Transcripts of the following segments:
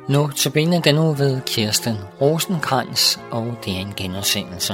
Nu tabiner den uge ved Kirsten Rosenkrantz, og det er en genudsendelse.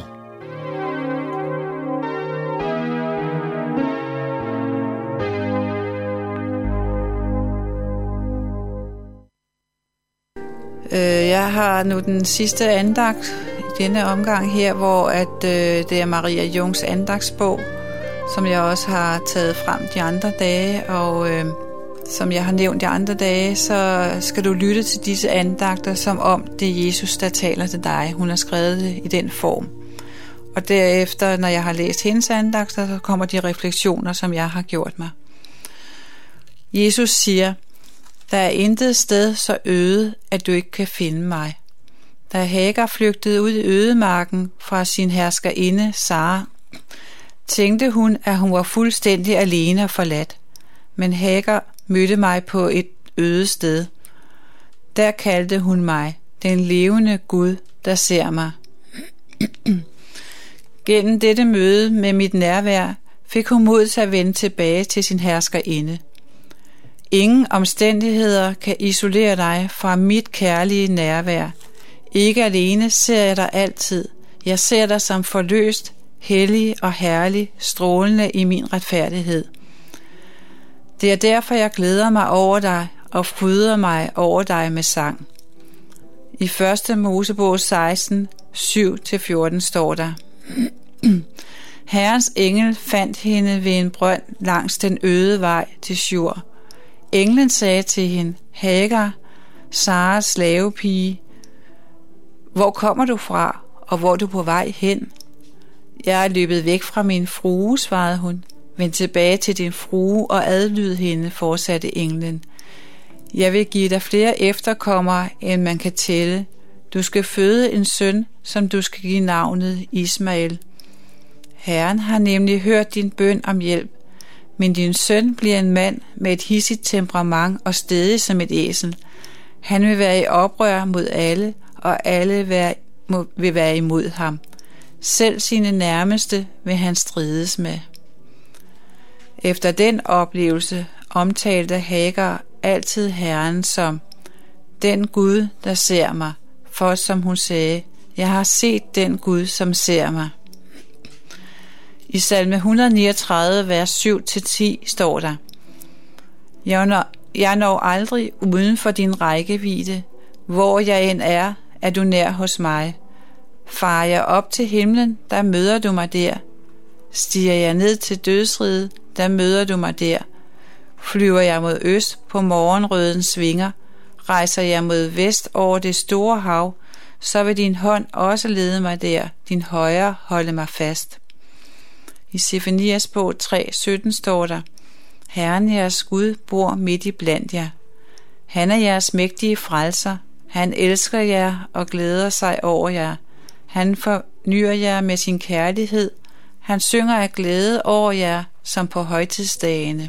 Jeg har nu den sidste andagt i denne omgang her, hvor det er Maria Jungs andagtsbog, som jeg også har taget frem de andre dage, og som jeg har nævnt de andre dage, så skal du lytte til disse andagter, som om det er Jesus, der taler til dig. Hun har skrevet det i den form. Og derefter, når jeg har læst hendes andagter, så kommer de refleksioner, som jeg har gjort mig. Jesus siger: der er intet sted så øde, at du ikke kan finde mig. Da Hagar flygtede ud i ødemarken fra sin herskerinde Sara, tænkte hun, at hun var fuldstændig alene og forladt. Men Hagar mødte mig på et øde sted. Der kaldte hun mig den levende Gud, der ser mig. Gennem dette møde med mit nærvær fik hun mod til at vende tilbage til sin herskerinde. Ingen omstændigheder kan isolere dig fra mit kærlige nærvær. Ikke alene ser jeg dig altid. Jeg ser dig som forløst, hellig og herlig, strålende i min retfærdighed. Det er derfor, jeg glæder mig over dig og fryder mig over dig med sang. I 1. Mosebog 16, 7-14 står der: Herrens engel fandt hende ved en brønd langs den øde vej til Shur. Englen sagde til hende: Hagar, Saras slavepige, hvor kommer du fra, og hvor er du på vej hen? Jeg er løbet væk fra min frue, svarede hun. Vend tilbage til din frue og adlyd hende, fortsatte englen. Jeg vil give dig flere efterkommere, end man kan tælle. Du skal føde en søn, som du skal give navnet Ismael. Herren har nemlig hørt din bøn om hjælp, men din søn bliver en mand med et hidsigt temperament og stædig som et æsel. Han vil være i oprør mod alle, og alle vil være imod ham. Selv sine nærmeste vil han strides med. Efter den oplevelse omtalte Hagar altid Herren som den Gud, der ser mig, for som hun sagde: jeg har set den Gud, som ser mig. I salme 139, vers 7-10 står der: Jeg når aldrig uden for din rækkevidde. Hvor jeg end er du nær hos mig. Farer jeg op til himlen, der møder du mig der. Stiger jeg ned til dødsriget, der møder du mig der. Flyver jeg mod øst på morgenrødens vinger, rejser jeg mod vest over det store hav, så vil din hånd også lede mig der, din højre holde mig fast. I Sefanias bog 3:17 står der: Herren jeres Gud bor midt i blandt jer. Han er jeres mægtige frelser. Han elsker jer og glæder sig over jer. Han fornyer jer med sin kærlighed. Han synger af glæde over jer, som på højtidsdagene.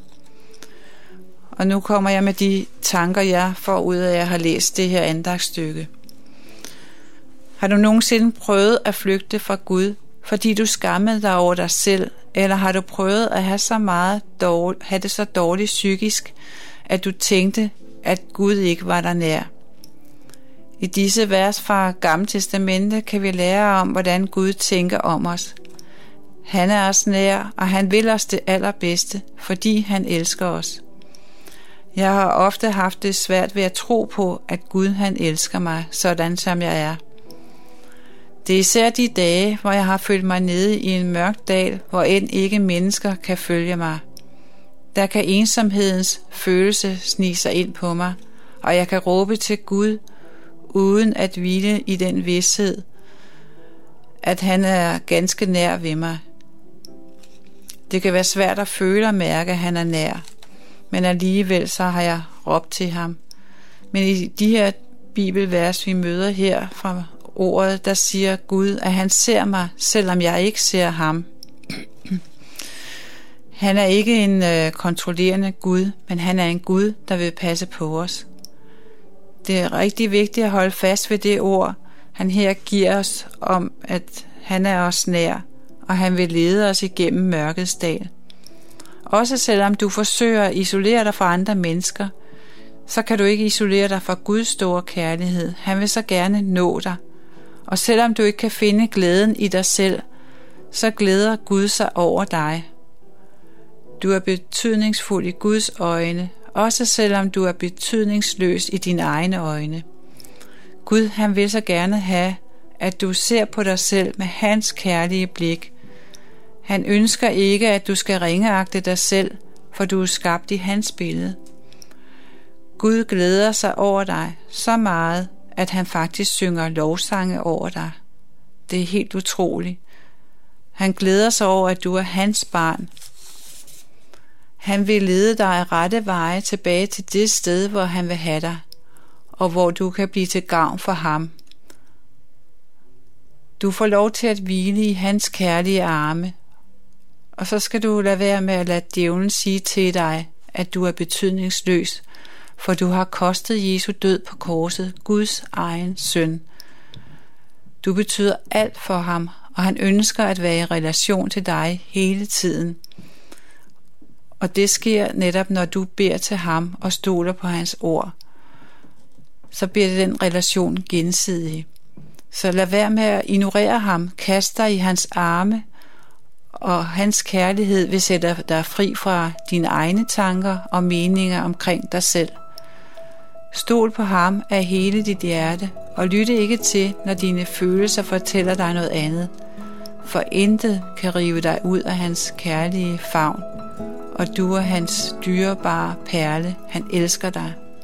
Og nu kommer jeg med de tanker, jeg får ud af, at jeg har læst det her andagtstykke. Har du nogensinde prøvet at flygte fra Gud, fordi du skammede dig over dig selv, eller har du prøvet at have det så dårligt psykisk, at du tænkte, at Gud ikke var der nær? I disse vers fra Gamle Testamente kan vi lære om, hvordan Gud tænker om os. Han er os nær, og han vil os det allerbedste, fordi han elsker os. Jeg har ofte haft det svært ved at tro på, at Gud han elsker mig, sådan som jeg er. Det er især de dage, hvor jeg har følt mig nede i en mørk dal, hvor end ikke mennesker kan følge mig. Der kan ensomhedens følelse snige sig ind på mig, og jeg kan råbe til Gud, uden at hvile i den vished, at han er ganske nær ved mig. Det kan være svært at føle og mærke, at han er nær, men alligevel så har jeg råbt til ham. Men i de her bibelvers, vi møder her fra ordet, der siger Gud, at han ser mig, selvom jeg ikke ser ham. Han er ikke en kontrollerende Gud, men han er en Gud, der vil passe på os. Det er rigtig vigtigt at holde fast ved det ord, han her giver os om, at han er os nær, og han vil lede os igennem mørkets dal. Også selvom du forsøger at isolere dig fra andre mennesker, så kan du ikke isolere dig fra Guds store kærlighed. Han vil så gerne nå dig. Og selvom du ikke kan finde glæden i dig selv, så glæder Gud sig over dig. Du er betydningsfuld i Guds øjne, også selvom du er betydningsløs i dine egne øjne. Gud, han vil så gerne have, at du ser på dig selv med hans kærlige blik. Han ønsker ikke, at du skal ringeagte dig selv, for du er skabt i hans billede. Gud glæder sig over dig så meget, at han faktisk synger lovsange over dig. Det er helt utroligt. Han glæder sig over, at du er hans barn. Han vil lede dig af rette veje tilbage til det sted, hvor han vil have dig, og hvor du kan blive til gavn for ham. Du får lov til at hvile i hans kærlige arme, og så skal du lade være med at lade djævlen sige til dig, at du er betydningsløs, for du har kostet Jesu død på korset, Guds egen søn. Du betyder alt for ham, og han ønsker at være i relation til dig hele tiden. Og det sker netop, når du beder til ham og stoler på hans ord. Så bliver det den relation gensidig. Så lad være med at ignorere ham, kast dig i hans arme, og hans kærlighed vil sætte dig fri fra dine egne tanker og meninger omkring dig selv. Stol på ham af hele dit hjerte, og lytte ikke til, når dine følelser fortæller dig noget andet. For intet kan rive dig ud af hans kærlige favn, og du er hans dyrebare perle. Han elsker dig.